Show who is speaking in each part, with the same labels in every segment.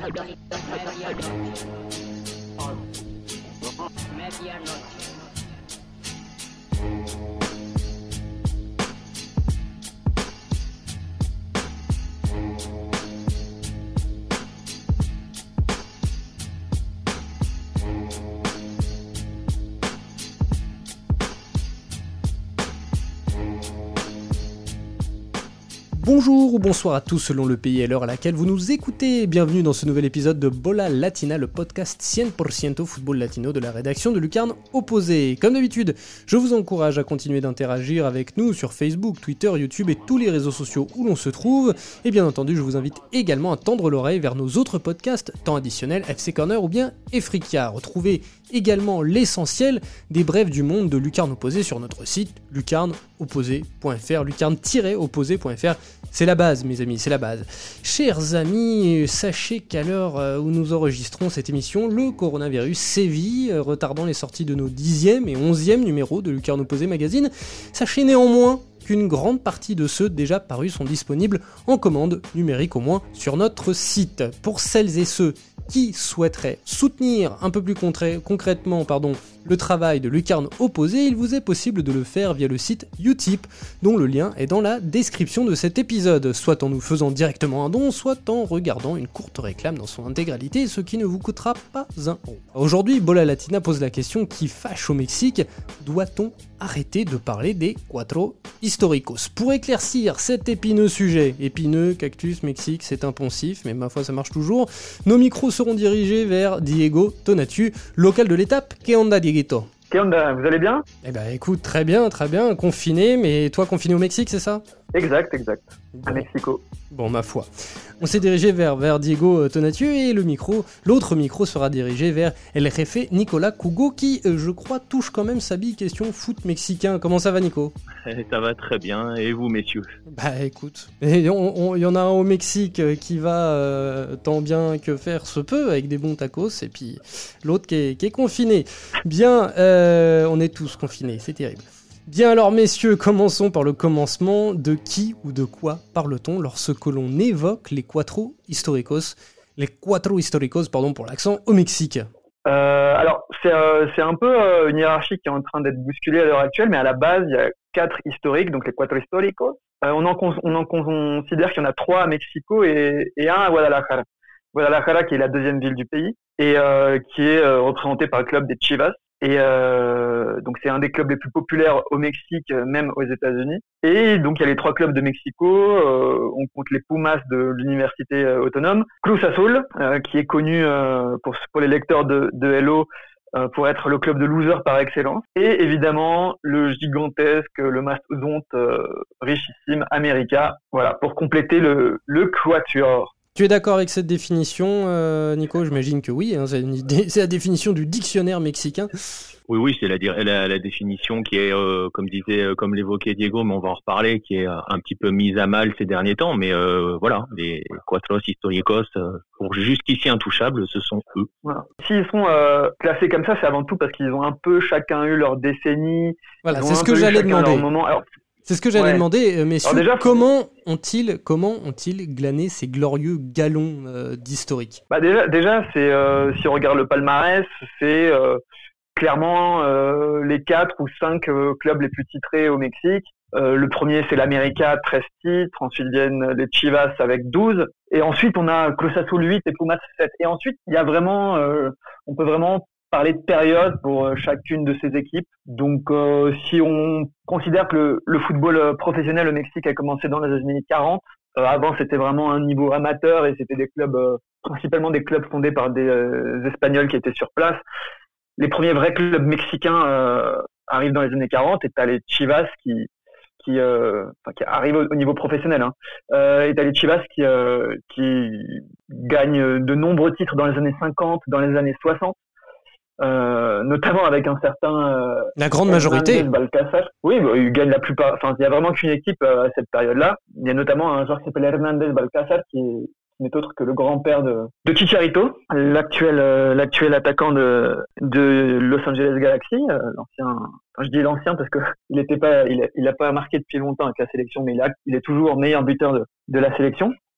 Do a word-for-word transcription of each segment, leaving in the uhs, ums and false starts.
Speaker 1: Bonjour ou bonsoir à tous selon le pays et l'heure à laquelle vous nous écoutez. Bienvenue dans ce nouvel épisode de Bola Latina, le podcast cent pour cent football latino de la rédaction de Lucarne Opposé. Comme d'habitude, je vous encourage à continuer d'interagir avec nous sur Facebook, Twitter, YouTube et tous les réseaux sociaux où l'on se trouve. Et bien entendu, je vous invite également à tendre l'oreille vers nos autres podcasts, temps additionnel, F C Corner ou bien Efrica. Retrouvez également l'essentiel des brèves du monde de Lucarne Opposé sur notre site lucarne opposé point f r, lucarne tiret opposé point f r. C'est la base, mes amis, c'est la base. Chers amis, sachez qu'à l'heure où nous enregistrons cette émission, le coronavirus sévit, retardant les sorties de nos dixième et onzième numéros de Lucarne Opposé Magazine. Sachez néanmoins qu'une grande partie de ceux déjà parus sont disponibles en commande numérique au moins sur notre site. Pour celles et ceux qui souhaiteraient soutenir un peu plus concré- concrètement pardon, le travail de Lucarne Opposé, il vous est possible de le faire via le site Utip, dont le lien est dans la description de cet épisode, soit en nous faisant directement un don, soit en regardant une courte réclame dans son intégralité, ce qui ne vous coûtera pas un euro. Aujourd'hui, Bola Latina pose la question qui fâche au Mexique: doit-on arrêter de parler des Cuatro Históricos? Pour éclaircir cet épineux sujet, épineux, cactus, Mexique, c'est un poncif, mais ma foi ça marche toujours, nos micros seront dirigés vers Diego Tonatu, local de l'étape. Que onda, Dieguito?
Speaker 2: Que onda, vous allez bien?
Speaker 1: Eh ben écoute, très bien, très bien, confiné, mais toi confiné au Mexique, c'est ça?
Speaker 2: Exact, exact, à
Speaker 1: bon.
Speaker 2: Mexico.
Speaker 1: Bon, ma foi. On s'est dirigé vers, vers Diego Tonatu et le micro, l'autre micro sera dirigé vers El Jefe Nicolas Cougo qui, euh, je crois, touche quand même sa bille question foot mexicain. Comment ça va, Nico?
Speaker 3: Ça va très bien, et vous, messieurs?
Speaker 1: Bah écoute, il y en a un au Mexique qui va euh, tant bien que faire se peut, avec des bons tacos, et puis l'autre qui est, qui est confiné. Bien, euh, on est tous confinés, c'est terrible. Bien alors messieurs, commençons par le commencement. De qui ou de quoi parle-t-on lorsque l'on évoque les Cuatro Históricos, les Cuatro Históricos, pardon pour l'accent, au Mexique?
Speaker 2: euh, Alors, c'est, euh, c'est un peu euh, une hiérarchie qui est en train d'être bousculée à l'heure actuelle, mais à la base, il y a quatre historiques, donc les Cuatro Históricos. Euh, on, en con- on en considère qu'il y en a trois à Mexico et, et un à Guadalajara. Guadalajara qui est la deuxième ville du pays et euh, qui est euh, représentée par le club des Chivas. Et euh, donc c'est un des clubs les plus populaires au Mexique, même aux États-Unis. Et donc il y a les trois clubs de Mexico. Euh, on compte les Pumas de l'université euh, autonome, Cruz Azul, euh, qui est connu euh, pour pour les lecteurs de, de Hello euh, pour être le club de losers par excellence. Et évidemment le gigantesque, le mastodonte euh, richissime América. Voilà, pour compléter le le quatuor.
Speaker 1: Tu es d'accord avec cette définition, euh, Nico? J'imagine que oui, hein, c'est, une idée, c'est la définition du dictionnaire mexicain.
Speaker 3: Oui, oui, c'est la, la, la définition qui est, euh, comme disait, euh, comme l'évoquait Diego, mais on va en reparler, qui est euh, un petit peu mise à mal ces derniers temps. Mais euh, voilà, les Cuatro Históricos, euh, pour jusqu'ici intouchables, ce sont eux.
Speaker 2: Voilà. S'ils sont euh, classés comme ça, c'est avant tout parce qu'ils ont un peu chacun eu leur décennie.
Speaker 1: Voilà, c'est ce que j'allais demander. Alors, C'est ce que j'allais ouais. demander, messieurs. Déjà, comment ont-ils, comment ont-ils glané ces glorieux galons euh, d'historique?
Speaker 2: Bah déjà, déjà, c'est euh, si on regarde le palmarès, c'est euh, clairement euh, les quatre ou cinq euh, clubs les plus titrés au Mexique. Euh, le premier, c'est l'América, treize titres. Ensuite viennent les Chivas avec douze. Et ensuite, on a Cruz Azul huit et Pumas sept. Et ensuite, il y a vraiment, euh, on peut vraiment parler de période pour euh, chacune de ces équipes. Donc, euh, si on considère que le, le football euh, professionnel au Mexique a commencé dans les années quarante, euh, avant c'était vraiment un niveau amateur et c'était des clubs, euh, principalement des clubs fondés par des euh, Espagnols qui étaient sur place. Les premiers vrais clubs mexicains euh, arrivent dans les années quarante et t'as les Chivas qui qui, euh, enfin, qui arrivent au, au niveau professionnel. Hein. Euh, et t'as les Chivas qui euh, qui gagnent de nombreux titres dans les années cinquante, dans les années soixante. Euh, notamment avec un certain euh,
Speaker 1: la grande majorité
Speaker 2: Balcázar. Oui, bah, il gagne la plupart. Enfin, il y a vraiment qu'une équipe euh, à cette période-là. Il y a notamment un joueur qui s'appelle Hernández Balcázar qui est, qui n'est autre que le grand-père de, de Chicharito, l'actuel euh, l'actuel attaquant de de Los Angeles Galaxy, euh, l'ancien. Enfin, je dis l'ancien parce que il était pas, il a, il a pas marqué depuis longtemps avec la sélection, mais il a, il est toujours meilleur buteur de de la sélection.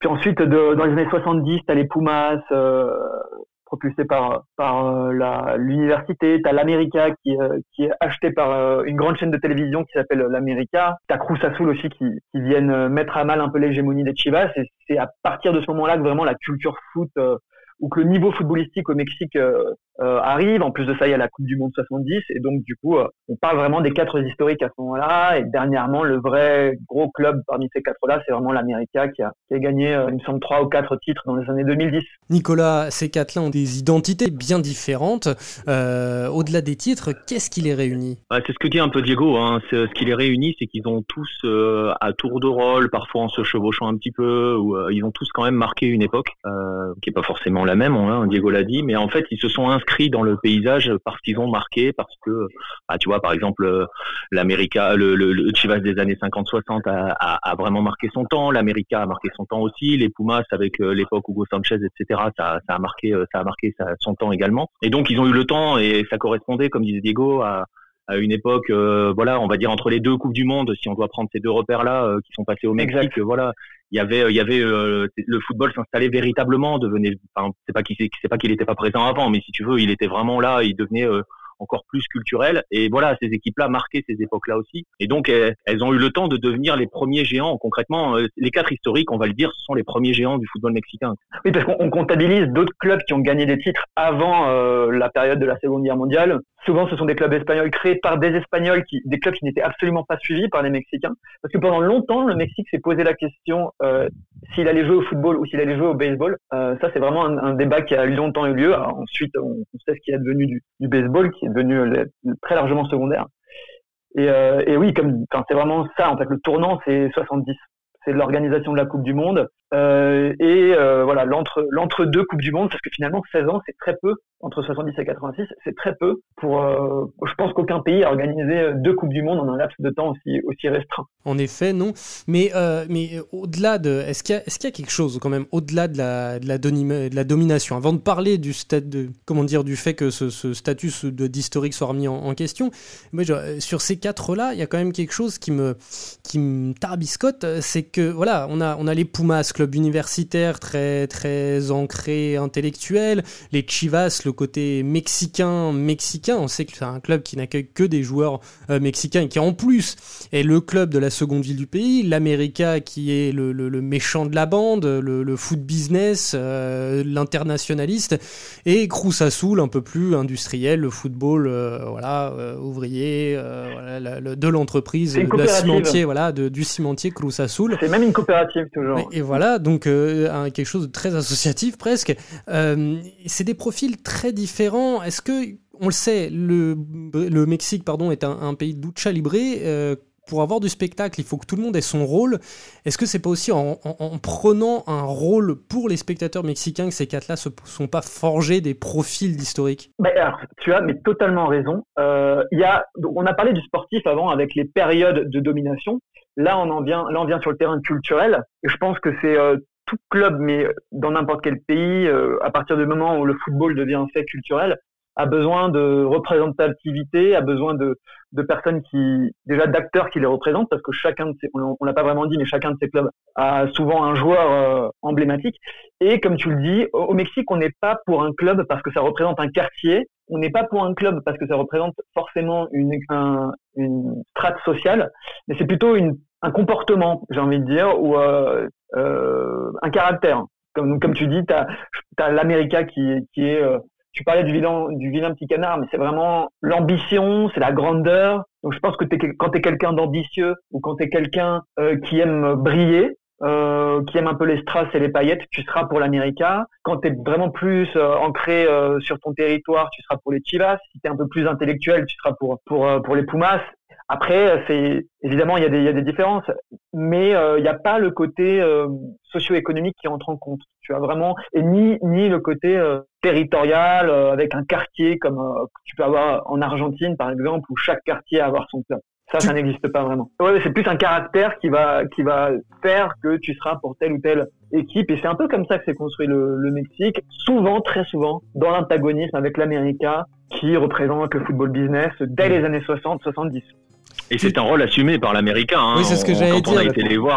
Speaker 2: Puis ensuite, de, dans les années soixante-dix, t'as les Pumas, euh, propulsés par par euh, la l'université. T'as l'América qui euh, qui est acheté par euh, une grande chaîne de télévision qui s'appelle l'América. T'as Cruz Azul aussi qui qui viennent mettre à mal un peu l'hégémonie des Chivas. Et c'est à partir de ce moment-là que vraiment la culture foot euh, ou que le niveau footballistique au Mexique euh, euh, arrive. En plus de ça, il y a la Coupe du Monde soixante-dix, et donc du coup, euh, on parle vraiment des quatre historiques à ce moment-là. Et dernièrement, le vrai gros club parmi ces quatre-là, c'est vraiment l'América qui a, qui a gagné, euh, il me semble, trois ou quatre titres dans les années deux mille dix.
Speaker 1: Nicolas, ces quatre-là ont des identités bien différentes. Euh, au-delà des titres, qu'est-ce qui les réunit ?
Speaker 3: Bah, c'est ce que dit un peu Diego. Hein. C'est, ce qui les réunit, c'est qu'ils ont tous, euh, à tour de rôle, parfois en se chevauchant un petit peu, ou euh, ils ont tous quand même marqué une époque euh, qui est pas forcément la même, hein, Diego l'a dit, mais en fait ils se sont inscrits dans le paysage parce qu'ils ont marqué, parce que bah, tu vois par exemple l'América, le, le, le Chivas des années cinquante soixante a, a, a vraiment marqué son temps, l'América a marqué son temps aussi, les Pumas avec l'époque Hugo Sanchez, et cetera, ça, ça a marqué, ça a marqué ça, son temps également, et donc ils ont eu le temps, et ça correspondait, comme disait Diego, à à une époque, euh, voilà, on va dire entre les deux coupes du monde, si on doit prendre ces deux repères-là euh, qui sont passés au Mexique, euh, voilà, il y avait, il y avait euh, le football s'installait véritablement, devenait, enfin, c'est pas qu'il, c'est pas qu'il était pas présent avant, mais si tu veux, il était vraiment là, il devenait euh, encore plus culturel. Et voilà, ces équipes-là marquaient ces époques-là aussi. Et donc, elles, elles ont eu le temps de devenir les premiers géants. Concrètement, euh, les quatre historiques, on va le dire, ce sont les premiers géants du football mexicain.
Speaker 2: Oui, parce qu'on comptabilise d'autres clubs qui ont gagné des titres avant euh, la période de la Seconde Guerre mondiale. Souvent, ce sont des clubs espagnols créés par des Espagnols, qui, des clubs qui n'étaient absolument pas suivis par les Mexicains. Parce que pendant longtemps, le Mexique s'est posé la question euh, s'il allait jouer au football ou s'il allait jouer au baseball. Euh, ça, c'est vraiment un, un débat qui a longtemps eu lieu. Alors, ensuite, on, on sait ce qui est devenu du, du baseball, qui est devenu euh, très largement secondaire. Et, euh, et oui, comme, enfin, c'est vraiment ça. En fait, le tournant, c'est soixante-dix. C'est l'organisation de la Coupe du Monde euh, et euh, voilà l'entre l'entre-deux Coupe du Monde, parce que finalement seize ans, c'est très peu. Entre soixante-dix et quatre-vingt-six, c'est très peu pour. Euh, je pense qu'aucun pays a organisé deux Coupes du Monde en un laps de temps aussi aussi restreint.
Speaker 1: En effet, non. Mais euh, mais au-delà de, est-ce qu'il y a est-ce qu'il y a quelque chose quand même au-delà de la de la, donima, de la domination, avant de parler du stade de comment dire du fait que ce, ce statut de d'historique soit remis en, en question, mais genre, sur ces quatre-là, il y a quand même quelque chose qui me qui me tarbiscote, c'est que voilà, on a on a les Pumas, club universitaire très très ancré intellectuel, les Chivas, le côté mexicain mexicain, on sait que c'est un club qui n'accueille que des joueurs euh, mexicains et qui en plus est le club de la seconde ville du pays, l'América qui est le, le, le méchant de la bande, le, le foot business, euh, l'internationaliste, et Cruz Azul un peu plus industriel, le football euh, voilà euh, ouvrier, euh, voilà, la, le, de l'entreprise, de la cimentier, voilà, de, du cimentier Cruz Azul.
Speaker 2: C'est même une coopérative toujours.
Speaker 1: Et, et voilà, donc euh, un, quelque chose de très associatif presque. Euh, c'est des profils très différents. Est-ce que, on le sait, le, le Mexique pardon, est un, un pays de lucha libre. Euh, pour avoir du spectacle, il faut que tout le monde ait son rôle. Est-ce que c'est pas aussi en, en, en prenant un rôle pour les spectateurs mexicains que ces quatre-là ne se sont pas forgés des profils d'historiques ?
Speaker 2: Bah, alors, tu as mais totalement raison. Euh, y a, on a parlé du sportif avant avec les périodes de domination. Là, on en vient, là, on vient sur le terrain culturel. Et je pense que c'est euh, tout club, mais dans n'importe quel pays, euh, à partir du moment où le football devient un fait culturel, a besoin de représentativité, a besoin de, de personnes qui, déjà d'acteurs qui les représentent, parce que chacun de ces, on, on l'a pas vraiment dit, mais chacun de ces clubs a souvent un joueur euh, emblématique. Et comme tu le dis, au, au Mexique, on n'est pas pour un club parce que ça représente un quartier. On n'est pas pour un club parce que ça représente forcément une, un, une strate sociale, mais c'est plutôt une, un comportement, j'ai envie de dire, ou euh, euh, un caractère. Comme, comme tu dis, t'as, t'as l'América qui, qui est euh, tu parlais du vilain, du vilain petit canard, mais c'est vraiment l'ambition, c'est la grandeur. Donc je pense que t'es, quand tu es quelqu'un d'ambitieux ou quand tu es quelqu'un euh, qui aime briller, euh, qui aime un peu les strass et les paillettes, tu seras pour l'América. Quand tu es vraiment plus euh, ancré euh, sur ton territoire, tu seras pour les Chivas. Si tu es un peu plus intellectuel, tu seras pour pour euh, pour les Pumas. Après, c'est évidemment il y a des il y a des différences, mais euh, il n'y a pas le côté euh, socio-économique qui entre en compte. Tu as vraiment et ni ni le côté euh, territorial euh, avec un quartier comme euh, que tu peux avoir en Argentine par exemple, où chaque quartier a avoir son club. Ça, ça n'existe pas vraiment. Ouais, c'est plus un caractère qui va qui va faire que tu seras pour telle ou telle équipe. Et c'est un peu comme ça que s'est construit le, le Mexique, souvent, très souvent, dans l'antagonisme avec l'América, qui représente le football business dès les années soixante soixante-dix.
Speaker 3: Et c'est un rôle assumé par l'Américain. Hein.
Speaker 1: Oui, c'est ce que
Speaker 3: on,
Speaker 1: j'allais
Speaker 3: quand
Speaker 1: dire.
Speaker 3: on a été les voir,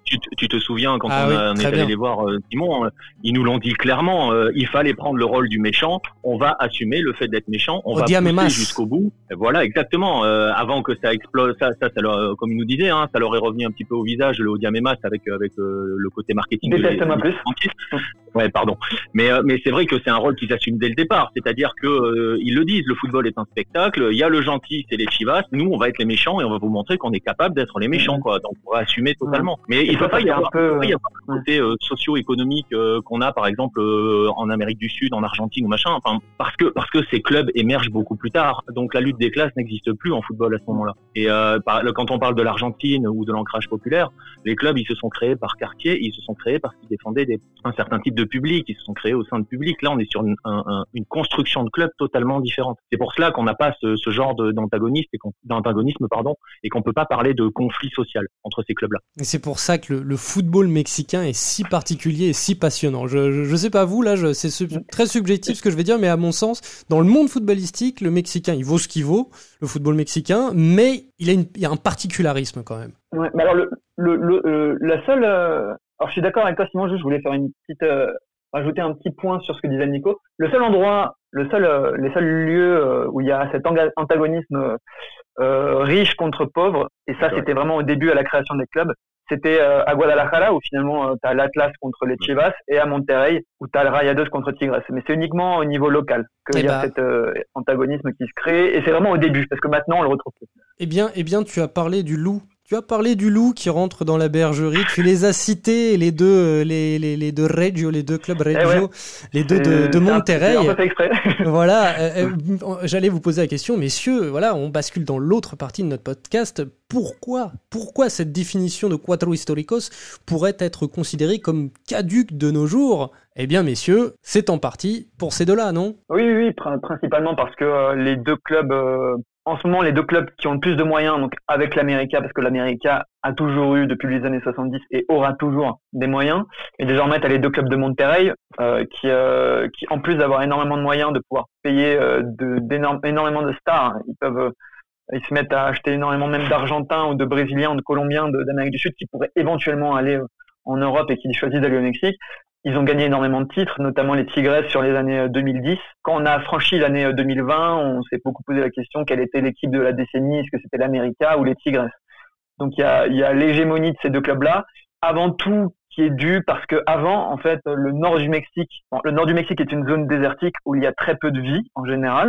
Speaker 3: tu, tu te souviens quand
Speaker 1: ah
Speaker 3: on,
Speaker 1: oui,
Speaker 3: a, on est allé
Speaker 1: bien.
Speaker 3: les voir euh, Simon, euh, ils nous l'ont dit clairement, euh, il fallait prendre le rôle du méchant, on va assumer le fait d'être méchant, on
Speaker 1: Odiame
Speaker 3: va pousser
Speaker 1: mas.
Speaker 3: jusqu'au bout. Et voilà, exactement. Euh, avant que ça explose, ça, ça, ça leur, comme ils nous disaient, hein, ça leur est revenu un petit peu au visage, le Odiame mas avec avec euh, le côté marketing.
Speaker 2: Déteste-moi plus.
Speaker 3: Ouais, pardon. Mais euh, mais c'est vrai que c'est un rôle qu'ils assument dès le départ, c'est-à-dire que euh, ils le disent, le football est un spectacle, il y a le gentil, c'est les Chivas, nous on va être les méchants et on va vous montrer qu'on est capable d'être les méchants, quoi. Donc on va assumer totalement. Mais
Speaker 2: et
Speaker 3: il ne peut pas y avoir
Speaker 2: peu...
Speaker 3: un côté euh, socio-économique euh, qu'on a par exemple euh, en Amérique du Sud, en Argentine ou machin. Enfin, parce que parce que ces clubs émergent beaucoup plus tard. Donc la lutte des classes n'existe plus en football à ce moment-là. Et euh, par, quand on parle de l'Argentine ou de l'ancrage populaire, les clubs ils se sont créés par quartier, ils se sont créés parce qu'ils défendaient des, un certain type de public, ils se sont créés au sein de public. Là on est sur une, un, un, une construction de clubs totalement différente. C'est pour cela qu'on n'a pas ce, ce genre de, d'antagonisme et qu'on, d'antagonisme pardon, et qu'on peut pas parler de conflit social entre ces clubs-là.
Speaker 1: Et c'est pour ça que le, le football mexicain est si particulier et si passionnant. Je, je, je sais pas vous, là, je, c'est sub, très subjectif ce que je vais dire, mais à mon sens, dans le monde footballistique, le Mexicain, il vaut ce qu'il vaut, le football mexicain, mais il a, une, il y a un particularisme quand même.
Speaker 2: Ouais, mais alors le, le, le euh, la seule, euh, alors je suis d'accord avec toi, Simon. Juste, je voulais faire une petite, euh, rajouter un petit point sur ce que disait Nico. Le seul endroit, le seul, euh, les seuls lieux euh, où il y a cet antagonisme euh, riche contre pauvre, et ça, ouais. C'était vraiment au début à la création des clubs. C'était euh, à Guadalajara où finalement euh, t'as l'Atlas contre les Chivas et à Monterrey où t'as le Rayados contre Tigres. Mais c'est uniquement au niveau local qu'il y a bah. cet euh, antagonisme qui se crée, et c'est vraiment au début parce que maintenant on le retrouve plus.
Speaker 1: Eh bien, eh bien, tu as parlé du loup. Tu as parlé du loup qui rentre dans la bergerie. Tu les as cités, les deux, les, les, les deux Reggio, les deux clubs Reggio, eh ouais. les deux de, de Monterrey.
Speaker 2: C'est un peu fait exprès.
Speaker 1: Voilà. Euh, j'allais vous poser la question, messieurs. Voilà, on bascule dans l'autre partie de notre podcast. Pourquoi, pourquoi cette définition de Cuatro Históricos pourrait être considérée comme caduque de nos jours? Eh bien, messieurs, c'est en partie pour ces deux-là, non?
Speaker 2: Oui, oui, oui, principalement parce que euh, les deux clubs. Euh... En ce moment, les deux clubs qui ont le plus de moyens, donc avec l'América, parce que l'América a toujours eu depuis les années soixante-dix et aura toujours des moyens. Et désormais, tu as les deux clubs de Monterrey euh, qui, euh, qui, en plus d'avoir énormément de moyens, de pouvoir payer euh, de, d'énorme, énormément de stars, hein, ils peuvent, euh, ils se mettent à acheter énormément même d'Argentins ou de Brésiliens ou de Colombiens de, d'Amérique du Sud qui pourraient éventuellement aller euh, en Europe et qui choisissent d'aller au Mexique. Ils ont gagné énormément de titres, notamment les Tigres sur les années deux mille dix. Quand on a franchi l'année deux mille vingt, on s'est beaucoup posé la question quelle était l'équipe de la décennie, est-ce que c'était l'América ou les Tigres? Donc il y a, il y a l'hégémonie de ces deux clubs-là. Avant tout, qui est dû parce que avant, en fait, le nord du Mexique, bon, le nord du Mexique est une zone désertique où il y a très peu de vie en général.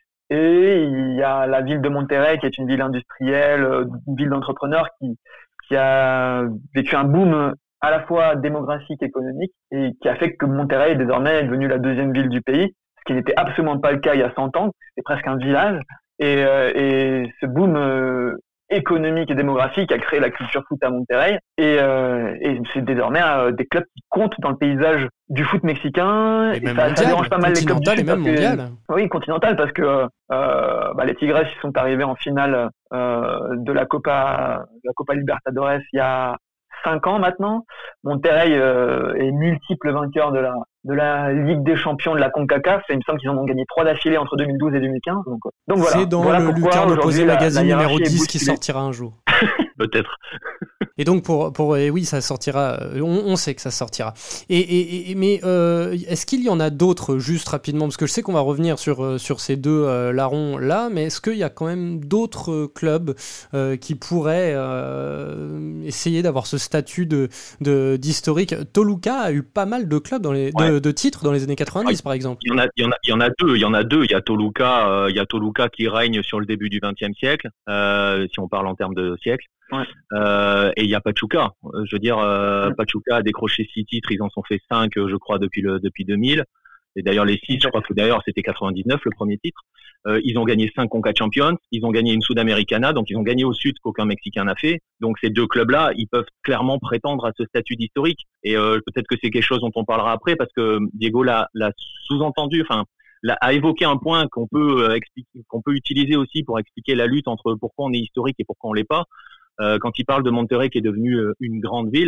Speaker 2: Et il y a la ville de Monterrey qui est une ville industrielle, une ville d'entrepreneurs qui, qui a vécu un boom à la fois démographique, économique, et qui a fait que Monterrey est désormais devenue la deuxième ville du pays, ce qui n'était absolument pas le cas il y a cent ans, c'est presque un village, et, euh, et ce boom euh, économique et démographique a créé la culture foot à Monterrey, et, euh, et c'est désormais euh, des clubs qui comptent dans le paysage du foot mexicain,
Speaker 1: et,
Speaker 2: et
Speaker 1: même
Speaker 2: ça,
Speaker 1: mondial,
Speaker 2: ça dérange pas mal les clubs du
Speaker 1: Sud. Et même mondial.
Speaker 2: Que, oui, continental, parce que euh, bah, les Tigres ils sont arrivés en finale euh, de la Copa, de la Copa Libertadores il y a cinq ans maintenant. Monterrey euh, est multiple vainqueur de la de la Ligue des Champions de la CONCACAF. Et il me semble qu'ils en ont gagné trois d'affilée entre deux mille douze et deux mille quinze. Donc, donc voilà.
Speaker 1: C'est dans
Speaker 2: voilà
Speaker 1: le Lucarne Opposé magazine numéro dix qui sortira un jour.
Speaker 3: Peut-être.
Speaker 1: Et donc pour pour et oui ça sortira. On, on sait que ça sortira. Et, et, et mais euh, est-ce qu'il y en a d'autres juste rapidement parce que je sais qu'on va revenir sur sur ces deux euh, larrons là, mais est-ce qu'il y a quand même d'autres clubs euh, qui pourraient euh, essayer d'avoir ce statut de de d'historique? Toluca a eu pas mal de clubs dans les ouais. de, de titres dans les années quatre-vingt-dix, par exemple.
Speaker 3: Il y en a il y en a il y en a deux il y en a deux il y a Toluca euh, il y a Toluca qui règne sur le début du vingtième siècle euh, si on parle en termes de siècle. Ouais. Euh, et il y a Pachuca. Je veux dire, euh, ouais. Pachuca a décroché six titres. Ils en sont fait cinq, je crois, depuis le depuis deux mille. Et d'ailleurs les six, je crois que d'ailleurs c'était quatre-vingt-dix-neuf le premier titre. Euh, ils ont gagné cinq Conca Champions. Ils ont gagné une Sudamericana, donc ils ont gagné au Sud qu'aucun Mexicain n'a fait. Donc ces deux clubs-là, ils peuvent clairement prétendre à ce statut d'historique. Et euh, peut-être que c'est quelque chose dont on parlera après, parce que Diego l'a, l'a sous-entendu. Enfin. a évoqué un point qu'on peut euh, expliquer, qu'on peut utiliser aussi pour expliquer la lutte entre pourquoi on est historique et pourquoi on l'est pas. Euh, quand il parle de Monterrey qui est devenu euh, une grande ville,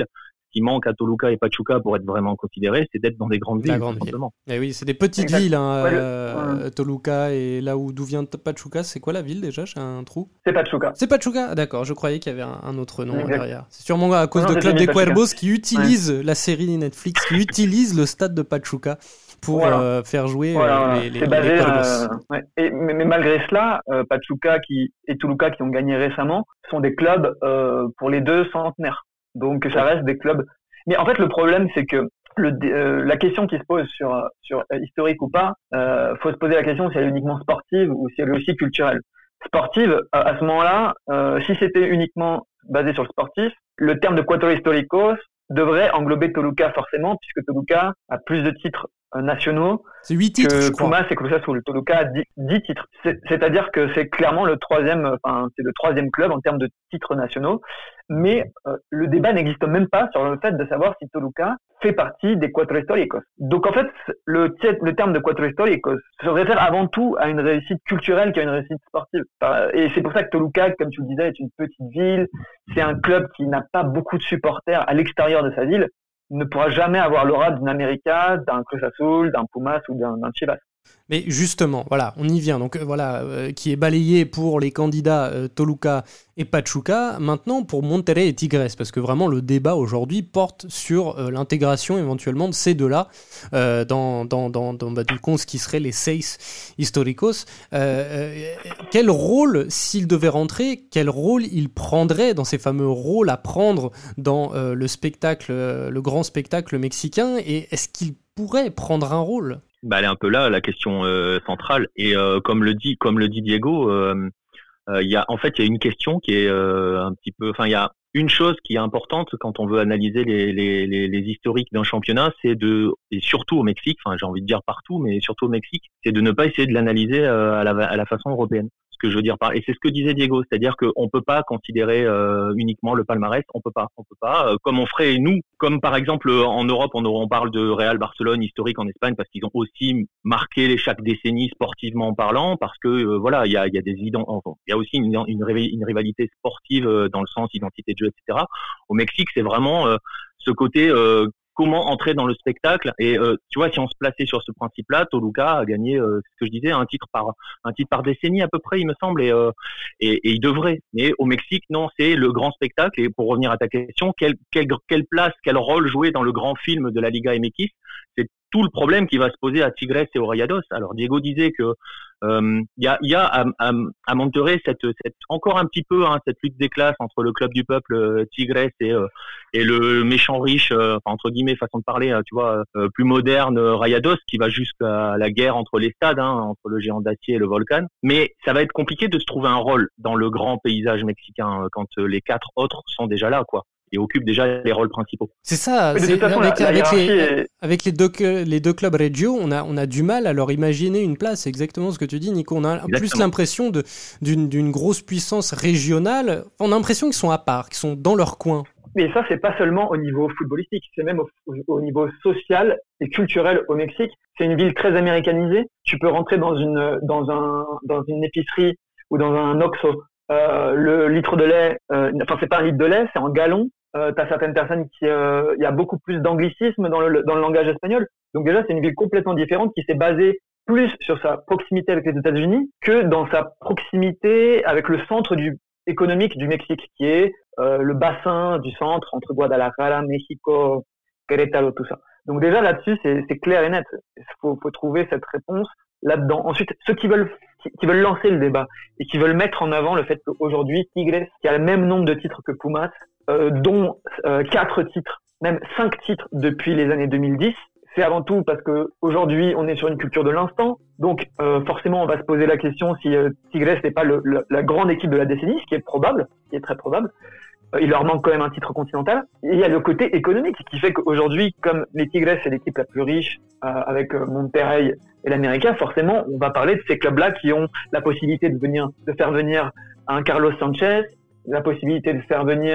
Speaker 3: qui manque à Toluca et Pachuca pour être vraiment considérés, c'est d'être dans des grandes villes.
Speaker 1: La grande ville. Et oui, c'est des petites
Speaker 2: exact.
Speaker 1: villes, hein,
Speaker 2: ouais, le...
Speaker 1: euh, Toluca, et là où d'où vient Pachuca, c'est quoi la ville déjà? J'ai un trou.
Speaker 2: C'est Pachuca.
Speaker 1: C'est Pachuca, d'accord, je croyais qu'il y avait un, un autre nom
Speaker 2: exact.
Speaker 1: derrière. C'est sûrement à cause
Speaker 2: non,
Speaker 1: de Club des Cuervos qui utilise
Speaker 2: ouais.
Speaker 1: la série Netflix, qui utilise le stade de Pachuca pour voilà. euh, faire jouer
Speaker 2: voilà,
Speaker 1: euh, les, les,
Speaker 2: c'est basé,
Speaker 1: les Cuervos.
Speaker 2: Euh, ouais. et, mais, mais malgré cela, euh, Pachuca qui, et Toluca qui ont gagné récemment sont des clubs euh, pour les deux centenaires. Donc ça reste des clubs. Mais en fait, le problème, c'est que le, euh, la question qui se pose sur, sur euh, historique ou pas, euh, faut se poser la question si elle est uniquement sportive ou si elle est aussi culturelle. Sportive, à, à ce moment-là, euh, si c'était uniquement basé sur le sportif, le terme de Cuatro Históricos devrait englober Toluca forcément, puisque Toluca a plus de titres euh, nationaux
Speaker 1: c'est huit titres,
Speaker 2: que
Speaker 1: je crois.
Speaker 2: Pumas et Cruz Azul. Toluca a dix titres. C'est, c'est-à-dire que c'est clairement le troisième, enfin c'est le troisième club en termes de titres nationaux. Mais euh, le débat n'existe même pas sur le fait de savoir si Toluca fait partie des Cuatro Históricos. Donc en fait, le, le terme de Cuatro Históricos se réfère avant tout à une réussite culturelle qu'à une réussite sportive. Et c'est pour ça que Toluca, comme tu le disais, est une petite ville. C'est un club qui n'a pas beaucoup de supporters à l'extérieur de sa ville, ne pourra jamais avoir l'aura d'une América, d'un Cruz Azul, d'un Pumas ou d'un, d'un Chivas.
Speaker 1: Mais justement, voilà, on y vient. Donc euh, voilà, euh, qui est balayé pour les candidats euh, Toluca et Pachuca. Maintenant, pour Monterrey et Tigres, parce que vraiment le débat aujourd'hui porte sur euh, l'intégration éventuellement de ces deux-là euh, dans, dans, dans, dans bah, du coup, ce qui serait les Seis Históricos. Euh, euh, quel rôle, s'il devait rentrer, quel rôle il prendrait dans ces fameux rôles à prendre dans euh, le spectacle, euh, le grand spectacle mexicain, et est-ce qu'il pourrait prendre un rôle?
Speaker 3: Bah, elle est un peu là, la question euh, centrale. Et euh, comme le dit, comme le dit Diego, euh, euh, il y a, en fait, il y a une question qui est euh, un petit peu, enfin, il y a une chose qui est importante quand on veut analyser les, les, les, les historiques d'un championnat, c'est de, et surtout au Mexique, enfin, j'ai envie de dire partout, mais surtout au Mexique, c'est de ne pas essayer de l'analyser euh, à la, à la façon européenne. Ce que je veux dire par, et c'est ce que disait Diego, c'est-à-dire qu'on peut pas considérer euh, uniquement le palmarès, on peut pas, on peut pas, euh, comme on ferait nous, comme par exemple en Europe, on, on parle de Real Barcelone historique en Espagne parce qu'ils ont aussi marqué les chaque décennie sportivement parlant, parce que euh, voilà, il y a, il y a des il y a aussi une, une, une rivalité sportive euh, dans le sens identité de jeu, et cetera. Au Mexique, c'est vraiment euh, ce côté euh, comment entrer dans le spectacle. Et euh, tu vois, si on se plaçait sur ce principe-là, Toluca a gagné, euh, ce que je disais, un titre par un titre par décennie à peu près, il me semble, et, euh, et, et il devrait. Mais au Mexique, non, c'est le grand spectacle. Et pour revenir à ta question, quelle, quelle, quelle place, quel rôle jouer dans le grand film de la Liga M X, c'est tout le problème qui va se poser à Tigres et aux Rayados. Alors Diego disait que il euh, y a, y a à, à, à Monterrey cette, cette, encore un petit peu hein, cette lutte des classes entre le club du peuple euh, Tigres et, euh, et le méchant riche, euh, enfin, entre guillemets, façon de parler, euh, tu vois, euh, plus moderne, euh, Rayados, qui va jusqu'à la guerre entre les stades, hein, entre le géant d'acier et le Volcan. Mais ça va être compliqué de se trouver un rôle dans le grand paysage mexicain euh, quand euh, les quatre autres sont déjà là, quoi. Et occupent déjà les rôles principaux.
Speaker 1: C'est ça, c'est, façon, avec, la, avec, la les, est... avec les, deux, les deux clubs régio, on a, on a du mal à leur imaginer une place. C'est exactement ce que tu dis, Nico. On a exactement. plus l'impression de, d'une, d'une grosse puissance régionale. On a l'impression qu'ils sont à part, qu'ils sont dans leur coin.
Speaker 2: Mais ça, c'est pas seulement au niveau footballistique, c'est même au, au niveau social et culturel au Mexique. C'est une ville très américanisée. Tu peux rentrer dans une, dans un, dans une épicerie ou dans un Oxxo. Euh, le litre de lait, euh, enfin, c'est pas un litre de lait, c'est en gallon. Euh, t'as certaines personnes qui, euh, il y a beaucoup plus d'anglicisme dans le, dans le langage espagnol. Donc déjà, c'est une ville complètement différente qui s'est basée plus sur sa proximité avec les États-Unis que dans sa proximité avec le centre du, économique du Mexique, qui est euh, le bassin du centre entre Guadalajara, Mexico, Querétaro, tout ça. Donc déjà là-dessus, c'est, c'est clair et net. Il faut, faut trouver cette réponse là-dedans. Ensuite, ceux qui veulent qui veulent lancer le débat et qui veulent mettre en avant le fait qu'aujourd'hui, Tigres, qui a le même nombre de titres que Pumas, euh, dont euh, quatre titres, même cinq titres depuis les années deux mille dix, c'est avant tout parce que aujourd'hui, on est sur une culture de l'instant. Donc, euh, forcément, on va se poser la question si euh, Tigres n'est pas le, le, la grande équipe de la décennie, ce qui est probable, ce qui est très probable. Euh, il leur manque quand même un titre continental. Et il y a le côté économique qui fait qu'aujourd'hui, comme les Tigres, c'est l'équipe la plus riche euh, avec euh, Monterrey et l'América, forcément, on va parler de ces clubs-là qui ont la possibilité de venir, de faire venir un Carlos Sanchez, la possibilité de faire venir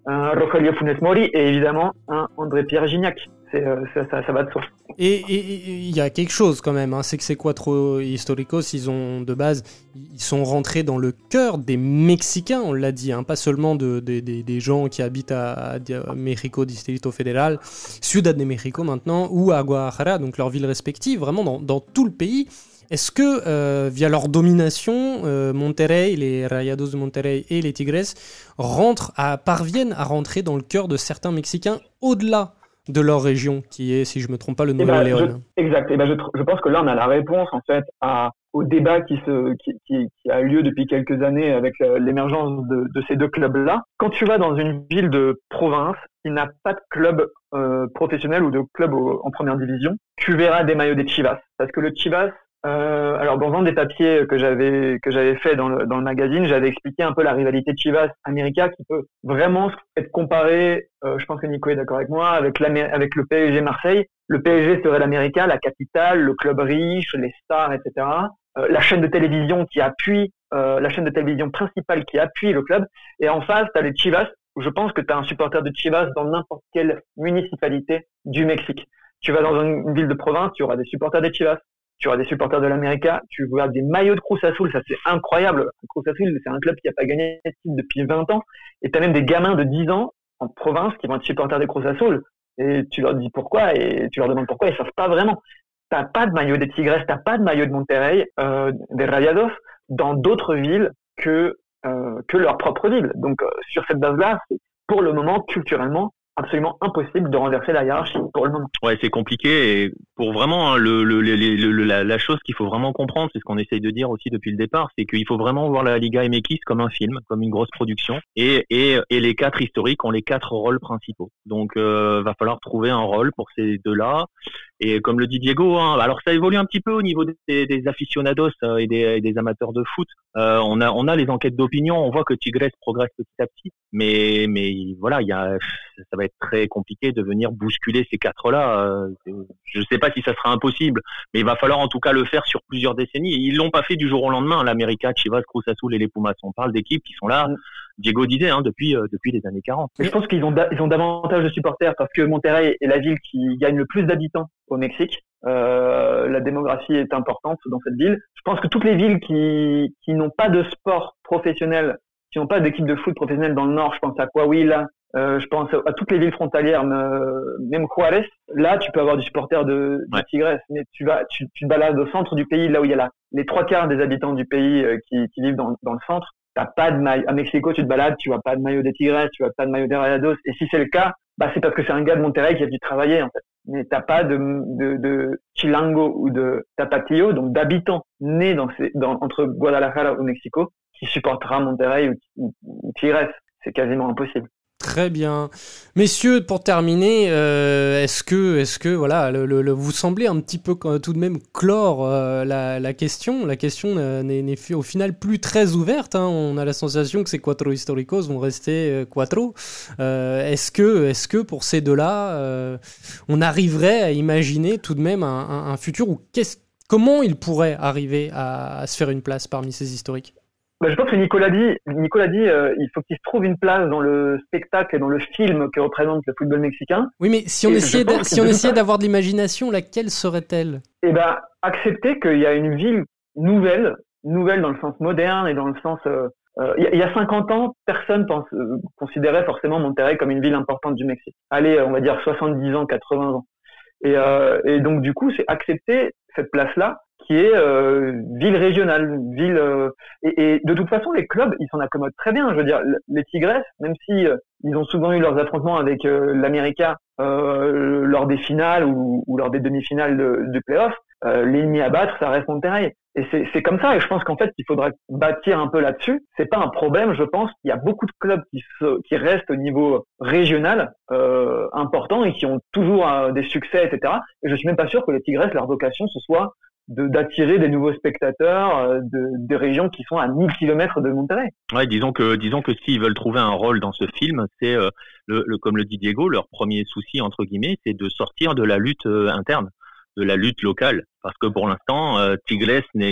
Speaker 2: un Rogelio Funes Mori et évidemment un André-Pierre Gignac. C'est, euh, ça, ça, ça va de soi.
Speaker 1: Et il y a quelque chose quand même, hein, c'est que ces Cuatro Históricos, ils ont de base, ils sont rentrés dans le cœur des Mexicains, on l'a dit, hein, pas seulement de, de, de, des gens qui habitent à, à México, Distrito Federal, Ciudad de México maintenant, ou à Guadalajara, donc leurs villes respectives, vraiment dans, dans tout le pays. Est-ce que, euh, via leur domination, euh, Monterrey, les Rayados de Monterrey et les Tigres rentrent à, parviennent à rentrer dans le cœur de certains Mexicains au-delà de leur région, qui est, si je ne me trompe pas, le Nuevo
Speaker 2: ben,
Speaker 1: León?
Speaker 2: je, Exact. Et ben, je, je pense que là, on a la réponse en fait à, au débat qui, se, qui, qui, qui a lieu depuis quelques années avec l'émergence de, de ces deux clubs-là. Quand tu vas dans une ville de province qui n'a pas de club euh, professionnel ou de club au, en première division, tu verras des maillots des Chivas. Parce que le Chivas, Euh, alors dans un des papiers que j'avais que j'avais fait dans le dans le magazine, j'avais expliqué un peu la rivalité Chivas-América qui peut vraiment être comparée, euh, je pense que Nico est d'accord avec moi, avec avec le P S G Marseille. Le P S G serait l'América, la capitale, le club riche, les stars, et cetera. Euh, la chaîne de télévision qui appuie, euh, la chaîne de télévision principale qui appuie le club. Et en face, t'as les Chivas. Je pense que t'as un supporter de Chivas dans n'importe quelle municipalité du Mexique. Tu vas dans une ville de province, tu auras des supporters des Chivas. Tu auras des supporters de l'América, tu vois des maillots de Cruz Azul, ça c'est incroyable. Cruz Azul, c'est un club qui n'a pas gagné de titre depuis vingt ans. Et tu as même des gamins de dix ans en province qui vont être supporters des Cruz Azul. Et tu leur dis pourquoi, et tu leur demandes pourquoi, ils savent pas vraiment. T'as pas de maillot des Tigres, t'as pas de maillot de Monterrey, euh, des Rayados, dans d'autres villes que, euh, que leur propre ville. Donc euh, sur cette base-là, c'est pour le moment, culturellement, absolument impossible de renverser la hiérarchie pour le moment.
Speaker 3: Ouais, c'est compliqué et pour vraiment hein, le, le, le, le la, la chose qu'il faut vraiment comprendre, c'est ce qu'on essaye de dire aussi depuis le départ, c'est qu'il faut vraiment voir la Liga M X comme un film, comme une grosse production et et et les quatre historiques ont les quatre rôles principaux. Donc euh, va falloir trouver un rôle pour ces deux-là. Et comme le dit Diego, hein, alors ça évolue un petit peu au niveau des, des aficionados et des, et des amateurs de foot. Euh, on a on a les enquêtes d'opinion, on voit que Tigres progresse petit à petit, mais mais voilà, il y a ça va être très compliqué de venir bousculer ces quatre-là. Euh, je ne sais pas si ça sera impossible, mais il va falloir en tout cas le faire sur plusieurs décennies. Ils l'ont pas fait du jour au lendemain. L'América, Chivas, Cruz Azul et les Pumas. On parle d'équipes qui sont là. Diego disait hein, depuis euh, depuis les années quarante.
Speaker 2: Mais je pense qu'ils ont da- ils ont davantage de supporters parce que Monterrey est la ville qui gagne le plus d'habitants au Mexique. Euh, la démographie est importante dans cette ville. Je pense que toutes les villes qui qui n'ont pas de sport professionnel, qui n'ont pas d'équipe de foot professionnelle dans le nord, je pense à Coahuila, euh, je pense à toutes les villes frontalières, même Juárez. Là, tu peux avoir du supporter de, de ouais. Tigres, mais tu vas tu, tu te balades au centre du pays, là où il y a la, les trois quarts des habitants du pays euh, qui, qui vivent dans, dans le centre. T'as pas de maillot. À Mexico, tu te balades, tu vois pas de maillot des Tigres, tu vois pas de maillot des Rayados. Et si c'est le cas, bah, c'est parce que c'est un gars de Monterrey qui a dû travailler, en fait. Mais t'as pas de, de, de Chilango ou de Tapatío, donc d'habitants nés dans ces, dans, entre Guadalajara ou Mexico, qui supportera Monterrey ou, ou, ou Tigres. C'est quasiment impossible.
Speaker 1: Très bien. Messieurs, pour terminer, euh, est-ce que, est-ce que voilà, le, le, vous semblez un petit peu tout de même clore euh, la, la question La question euh, n'est, n'est au final plus très ouverte. Hein. On a la sensation que ces Cuatro Históricos vont rester euh, Cuatro. Euh, est-ce que, est-ce que pour ces deux-là, euh, on arriverait à imaginer tout de même un, un, un futur où qu'est-ce, comment ils pourraient arriver à, à se faire une place parmi ces historiques?
Speaker 2: Bah, je pense que Nicolas dit, Nicolas dit, euh, il faut qu'il se trouve une place dans le spectacle et dans le film que représente le football mexicain.
Speaker 1: Oui, mais si on et essayait, de, si on essayait d'avoir de l'imagination, laquelle serait-elle?
Speaker 2: Eh ben, accepter qu'il y a une ville nouvelle, nouvelle dans le sens moderne et dans le sens, euh, euh, il y a cinquante ans, personne pense, euh, considérait forcément Monterrey comme une ville importante du Mexique. Allez, on va dire soixante-dix ans, quatre-vingts ans. Et, euh, et donc du coup, c'est accepter cette place-là, qui est euh, ville régionale, ville euh, et, et de toute façon les clubs ils s'en accommodent très bien. Je veux dire, les Tigres, même si euh, ils ont souvent eu leurs affrontements avec euh, l'América euh, lors des finales ou, ou lors des demi-finales de, de play-off, euh, l'ennemi à battre ça reste Monterrey. Et c'est, c'est comme ça. Et je pense qu'en fait il faudra bâtir un peu là-dessus. C'est pas un problème. Je pense qu'il y a beaucoup de clubs qui se, qui restent au niveau régional euh, important et qui ont toujours euh, des succès, et cetera. Et je suis même pas sûr que les Tigres leur vocation ce soit de d'attirer des nouveaux spectateurs euh, de des régions qui sont à mille kilomètres de Monterrey.
Speaker 3: Ouais, disons que disons que s'ils veulent trouver un rôle dans ce film, c'est euh, le, le comme le dit Diego, leur premier souci entre guillemets, c'est de sortir de la lutte euh, interne, de la lutte locale, parce que pour l'instant, euh, Tigres n'est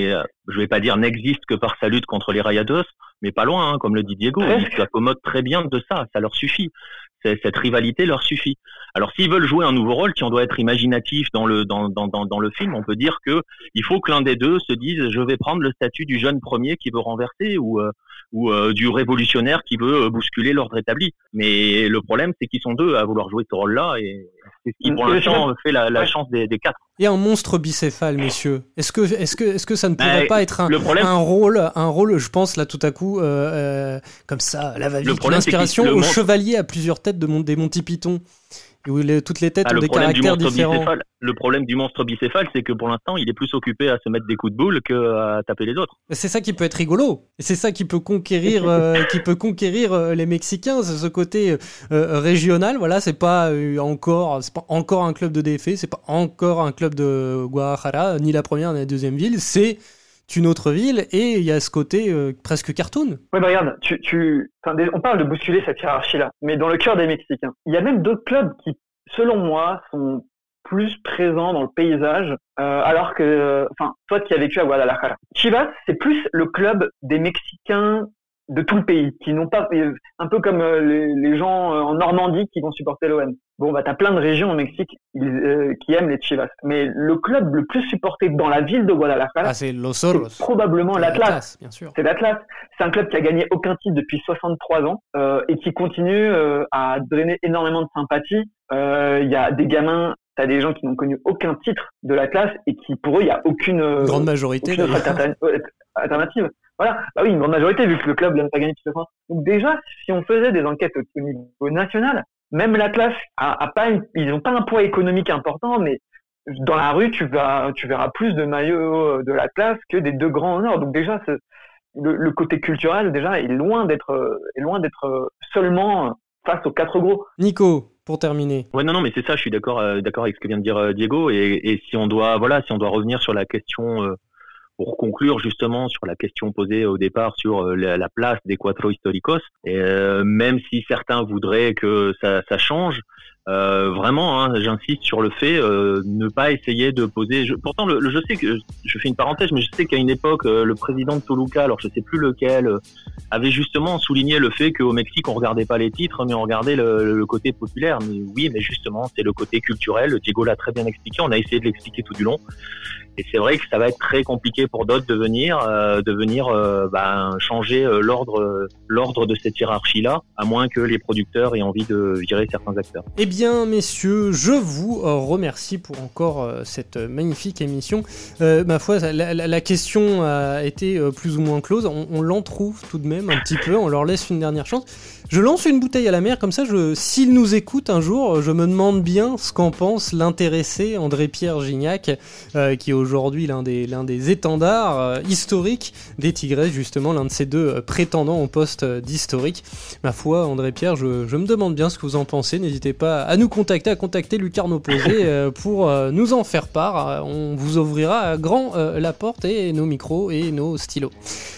Speaker 3: je vais pas dire n'existe que par sa lutte contre les Rayados, mais pas loin, hein, comme le dit Diego, ouais. Ils s'accommodent très bien de ça, ça leur suffit. C'est, cette rivalité leur suffit. Alors s'ils veulent jouer un nouveau rôle, si on doit être imaginatif dans le dans dans dans, dans le film, on peut dire que il faut que l'un des deux se dise je vais prendre le statut du jeune premier qui veut renverser ou euh, ou euh, du révolutionnaire qui veut bousculer l'ordre établi. Mais le problème c'est qu'ils sont deux à vouloir jouer ce rôle-là et c'est ce qui pour l'instant fait la, la ouais. chance des, des quatre.
Speaker 1: Et un monstre bicéphale, messieurs. Est-ce que est-ce que est-ce que ça ne pourrait euh, pas être un, problème, un rôle un rôle je pense là tout à coup euh, euh, comme ça la va-vite l'inspiration au monstre... chevalier à plusieurs têtes de mon, des Monty Python où les, toutes les têtes ah, ont des caractères différents.
Speaker 3: Le problème du monstre bicéphale, c'est que pour l'instant, il est plus occupé à se mettre des coups de boule qu'à taper les autres.
Speaker 1: C'est ça qui peut être rigolo. Et c'est ça qui peut conquérir, euh, qui peut conquérir euh, les Mexicains. C'est ce côté euh, régional. Voilà, c'est pas euh, encore, c'est pas encore un club de D F, c'est pas encore un club de Guadalajara, ni la première ni la deuxième ville. C'est une autre ville et il y a ce côté euh, presque cartoon.
Speaker 2: Ouais, bah regarde, tu, tu, enfin, on parle de bousculer cette hiérarchie-là, mais dans le cœur des Mexicains, il y a même d'autres clubs qui, selon moi, sont plus présents dans le paysage, euh, alors que, enfin, toi qui as vécu à Guadalajara. Chivas, c'est plus le club des Mexicains de tout le pays, qui n'ont pas, un peu comme euh, les, les gens euh, en Normandie qui vont supporter l'O M. Bon, bah, t'as plein de régions au Mexique ils, euh, qui aiment les Chivas. Mais le club le plus supporté dans la ville de Guadalajara,
Speaker 1: ah, c'est Los Zorros.
Speaker 2: C'est probablement c'est l'Atlas.
Speaker 1: l'Atlas bien sûr.
Speaker 2: C'est l'Atlas. C'est un club qui a gagné aucun titre depuis soixante-trois ans euh, et qui continue euh, à drainer énormément de sympathie. Il euh, y a des gamins, t'as des gens qui n'ont connu aucun titre de l'Atlas et qui, pour eux, il n'y a aucune, euh,
Speaker 1: grande majorité,
Speaker 2: aucune alternative. Voilà, bah oui, une grande majorité vu que le club n'a pas gagné toute la France. Donc déjà, si on faisait des enquêtes au niveau national, même l'Atlas a, a pas, une, ils n'ont pas un poids économique important, mais dans la rue, tu verras, tu verras plus de maillots de l'Atlas que des deux grands au nord. Donc déjà, c'est, le, le côté culturel déjà est loin d'être, est loin d'être seulement face aux quatre gros.
Speaker 1: Nico, pour terminer.
Speaker 3: Ouais, non, non, mais c'est ça. Je suis d'accord, euh, d'accord avec ce que vient de dire euh, Diego. Et, et si on doit, voilà, si on doit revenir sur la question. Euh, Pour conclure justement sur la question posée au départ sur la, la place des Cuatro Históricos, et euh, même si certains voudraient que ça, ça change, euh, vraiment, hein, j'insiste sur le fait euh, ne pas essayer de poser. Je, pourtant, le, le, je sais que je fais une parenthèse, mais je sais qu'à une époque, euh, le président de Toluca, alors je sais plus lequel, euh, avait justement souligné le fait qu'au Mexique, on regardait pas les titres, mais on regardait le, le côté populaire. Mais oui, mais justement, c'est le côté culturel. Diego l'a très bien expliqué. On a essayé de l'expliquer tout du long. Et c'est vrai que ça va être très compliqué pour d'autres de venir, euh, de venir euh, bah, changer euh, l'ordre, euh, l'ordre de cette hiérarchie-là, à moins que les producteurs aient envie de virer certains acteurs.
Speaker 1: Eh bien, messieurs, je vous euh, remercie pour encore euh, cette magnifique émission. Euh, ma foi, la, la, la question a été euh, plus ou moins close. On, on l'en trouve tout de même un petit peu. On leur laisse une dernière chance. Je lance une bouteille à la mer, comme ça, je, s'il nous écoute un jour, je me demande bien ce qu'en pense l'intéressé André-Pierre Gignac, euh, qui est aujourd'hui l'un des, l'un des étendards euh, historiques des Tigres, justement, l'un de ces deux euh, prétendants au poste euh, d'historique. Ma foi, André-Pierre, je, je me demande bien ce que vous en pensez. N'hésitez pas à nous contacter, à contacter Lucarne Opposée euh, pour euh, nous en faire part. On vous ouvrira à grand euh, la porte et nos micros et nos stylos.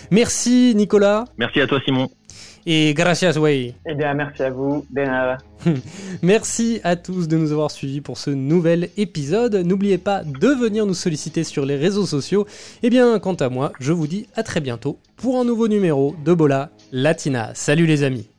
Speaker 1: Merci Nicolas.
Speaker 3: Merci à toi Simon.
Speaker 1: Et gracias, wey.
Speaker 2: Eh bien, merci à vous. De nada.
Speaker 1: Merci à tous de nous avoir suivis pour ce nouvel épisode. N'oubliez pas de venir nous solliciter sur les réseaux sociaux. Et bien, quant à moi, je vous dis à très bientôt pour un nouveau numéro de Bola Latina. Salut les amis.